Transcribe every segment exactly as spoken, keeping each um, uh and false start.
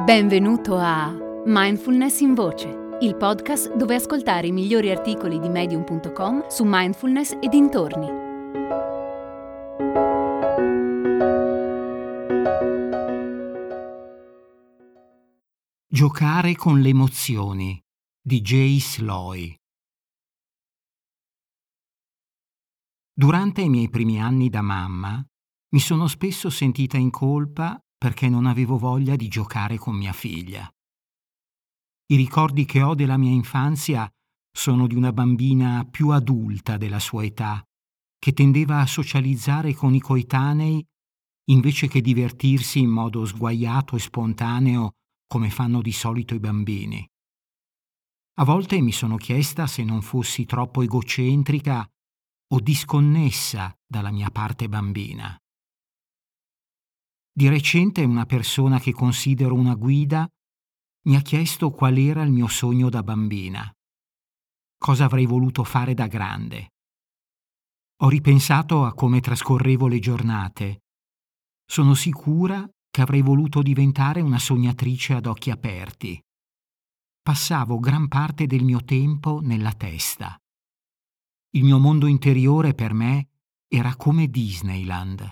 Benvenuto a Mindfulness in Voce, il podcast dove ascoltare i migliori articoli di medium punto com su mindfulness e dintorni. Giocare con le emozioni di Jace Loy. Durante i miei primi anni da mamma mi sono spesso sentita in colpa perché non avevo voglia di giocare con mia figlia. I ricordi che ho della mia infanzia sono di una bambina più adulta della sua età, che tendeva a socializzare con i coetanei invece che divertirsi in modo sguaiato e spontaneo come fanno di solito i bambini. A volte mi sono chiesta se non fossi troppo egocentrica o disconnessa dalla mia parte bambina. Di recente una persona che considero una guida mi ha chiesto qual era il mio sogno da bambina. Cosa avrei voluto fare da grande. Ho ripensato a come trascorrevo le giornate. Sono sicura che avrei voluto diventare una sognatrice ad occhi aperti. Passavo gran parte del mio tempo nella testa. Il mio mondo interiore per me era come Disneyland.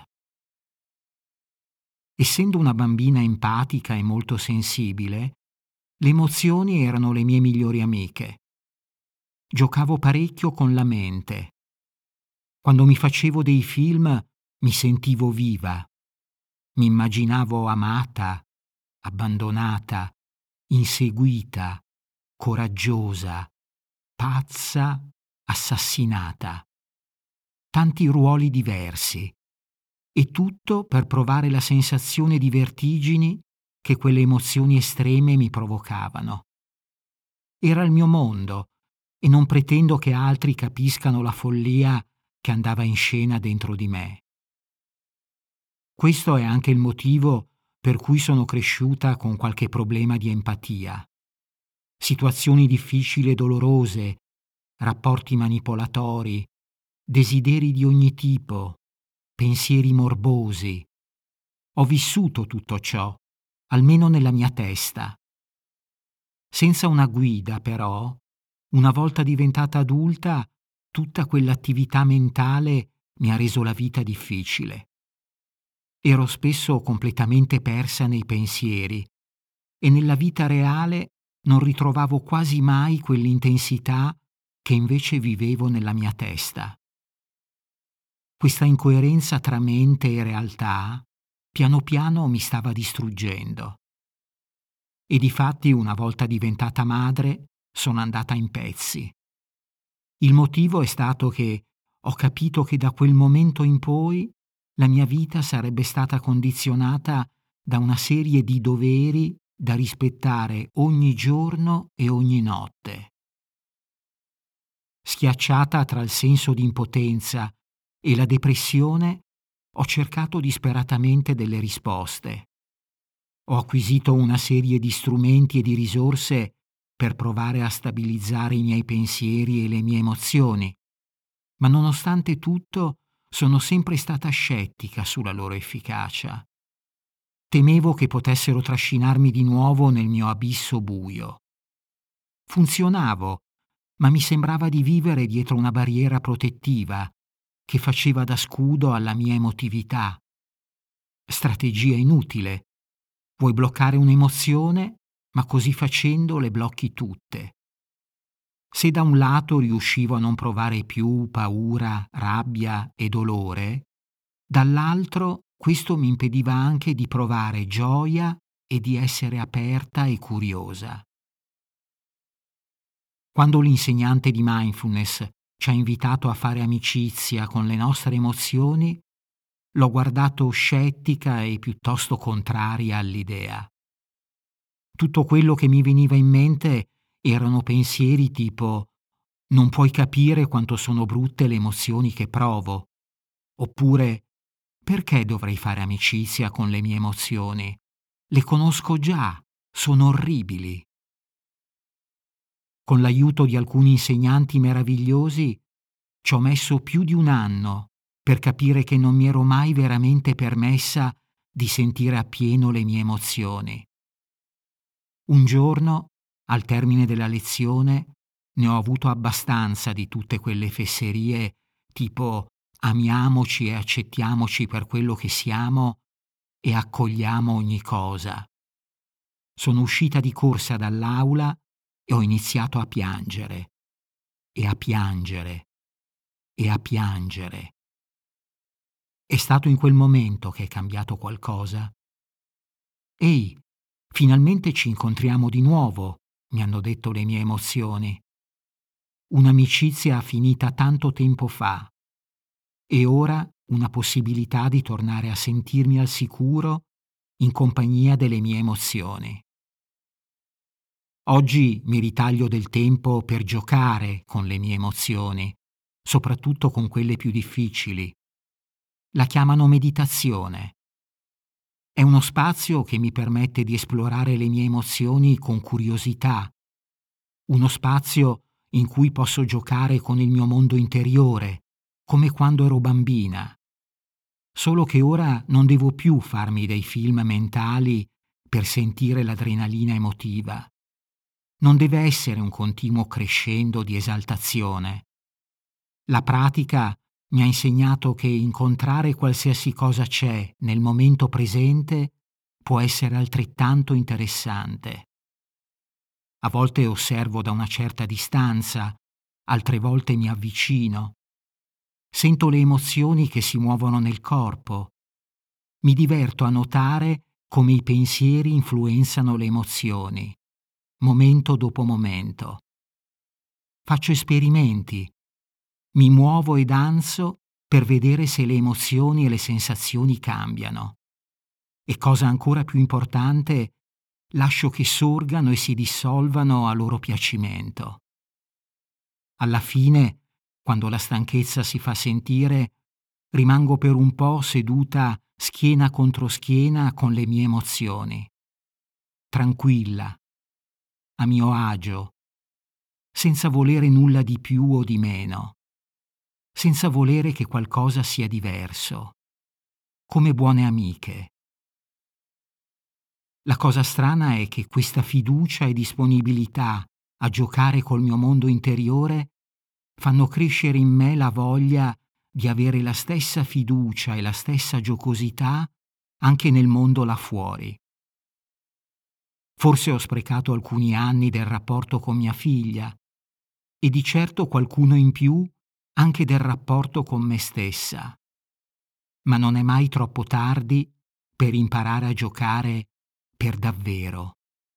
Essendo una bambina empatica e molto sensibile, le emozioni erano le mie migliori amiche. Giocavo parecchio con la mente. Quando mi facevo dei film mi sentivo viva. Mi immaginavo amata, abbandonata, inseguita, coraggiosa, pazza, assassinata. Tanti ruoli diversi. E tutto per provare la sensazione di vertigini che quelle emozioni estreme mi provocavano. Era il mio mondo e non pretendo che altri capiscano la follia che andava in scena dentro di me. Questo è anche il motivo per cui sono cresciuta con qualche problema di empatia. Situazioni difficili e dolorose, rapporti manipolatori, desideri di ogni tipo, pensieri morbosi. Ho vissuto tutto ciò, almeno nella mia testa. Senza una guida, però, una volta diventata adulta, tutta quell'attività mentale mi ha reso la vita difficile. Ero spesso completamente persa nei pensieri e nella vita reale non ritrovavo quasi mai quell'intensità che invece vivevo nella mia testa. Questa incoerenza tra mente e realtà piano piano mi stava distruggendo. E difatti, una volta diventata madre, sono andata in pezzi. Il motivo è stato che ho capito che da quel momento in poi la mia vita sarebbe stata condizionata da una serie di doveri da rispettare ogni giorno e ogni notte. Schiacciata tra il senso di impotenza e la depressione, ho cercato disperatamente delle risposte. Ho acquisito una serie di strumenti e di risorse per provare a stabilizzare i miei pensieri e le mie emozioni, ma nonostante tutto sono sempre stata scettica sulla loro efficacia. Temevo che potessero trascinarmi di nuovo nel mio abisso buio. Funzionavo, ma mi sembrava di vivere dietro una barriera protettiva che faceva da scudo alla mia emotività. Strategia inutile. Vuoi bloccare un'emozione, ma così facendo le blocchi tutte. Se da un lato riuscivo a non provare più paura, rabbia e dolore, dall'altro questo mi impediva anche di provare gioia e di essere aperta e curiosa. Quando l'insegnante di mindfulness ci ha invitato a fare amicizia con le nostre emozioni, l'ho guardato scettica e piuttosto contraria all'idea. Tutto quello che mi veniva in mente erano pensieri tipo «non puoi capire quanto sono brutte le emozioni che provo», oppure «perché dovrei fare amicizia con le mie emozioni? Le conosco già, sono orribili». Con l'aiuto di alcuni insegnanti meravigliosi ci ho messo più di un anno per capire che non mi ero mai veramente permessa di sentire appieno le mie emozioni. Un giorno, al termine della lezione, ne ho avuto abbastanza di tutte quelle fesserie tipo amiamoci e accettiamoci per quello che siamo e accogliamo ogni cosa. Sono uscita di corsa dall'aula e ho iniziato a piangere, e a piangere, e a piangere. È stato in quel momento che è cambiato qualcosa. Ehi, finalmente ci incontriamo di nuovo, mi hanno detto le mie emozioni. Un'amicizia finita tanto tempo fa e ora una possibilità di tornare a sentirmi al sicuro in compagnia delle mie emozioni. Oggi mi ritaglio del tempo per giocare con le mie emozioni, soprattutto con quelle più difficili. La chiamano meditazione. È uno spazio che mi permette di esplorare le mie emozioni con curiosità, uno spazio in cui posso giocare con il mio mondo interiore, come quando ero bambina. Solo che ora non devo più farmi dei film mentali per sentire l'adrenalina emotiva. Non deve essere un continuo crescendo di esaltazione. La pratica mi ha insegnato che incontrare qualsiasi cosa c'è nel momento presente può essere altrettanto interessante. A volte osservo da una certa distanza, altre volte mi avvicino. Sento le emozioni che si muovono nel corpo. Mi diverto a notare come i pensieri influenzano le emozioni, momento dopo momento. Faccio esperimenti. Mi muovo e danzo per vedere se le emozioni e le sensazioni cambiano. E cosa ancora più importante, lascio che sorgano e si dissolvano a loro piacimento. Alla fine, quando la stanchezza si fa sentire, rimango per un po' seduta schiena contro schiena con le mie emozioni. Tranquilla, a mio agio, senza volere nulla di più o di meno, senza volere che qualcosa sia diverso, come buone amiche. La cosa strana è che questa fiducia e disponibilità a giocare col mio mondo interiore fanno crescere in me la voglia di avere la stessa fiducia e la stessa giocosità anche nel mondo là fuori. Forse ho sprecato alcuni anni del rapporto con mia figlia e di certo qualcuno in più anche del rapporto con me stessa. Ma non è mai troppo tardi per imparare a giocare per davvero.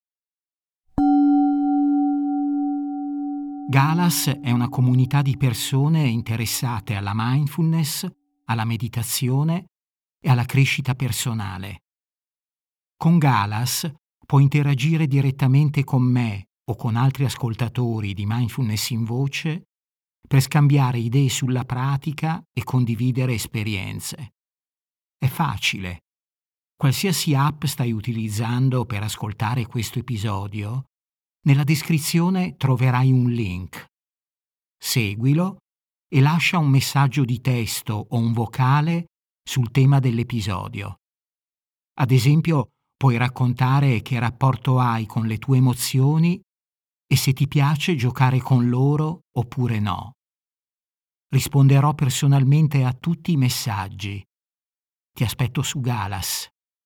Galas è una comunità di persone interessate alla mindfulness, alla meditazione e alla crescita personale. Con Galas puoi interagire direttamente con me o con altri ascoltatori di Mindfulness in Voce per scambiare idee sulla pratica e condividere esperienze. È facile. Qualsiasi app stai utilizzando per ascoltare questo episodio, nella descrizione troverai un link. Seguilo e lascia un messaggio di testo o un vocale sul tema dell'episodio. Ad esempio, puoi raccontare che rapporto hai con le tue emozioni e se ti piace giocare con loro oppure no. Risponderò personalmente a tutti i messaggi. Ti aspetto su Galas.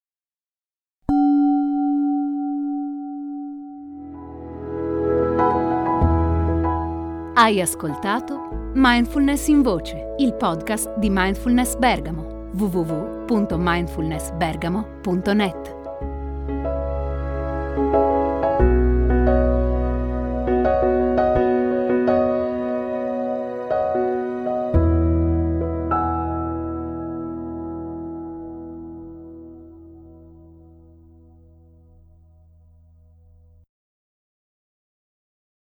Hai ascoltato Mindfulness in Voce, il podcast di Mindfulness Bergamo, w w w punto mindfulness bergamo punto net.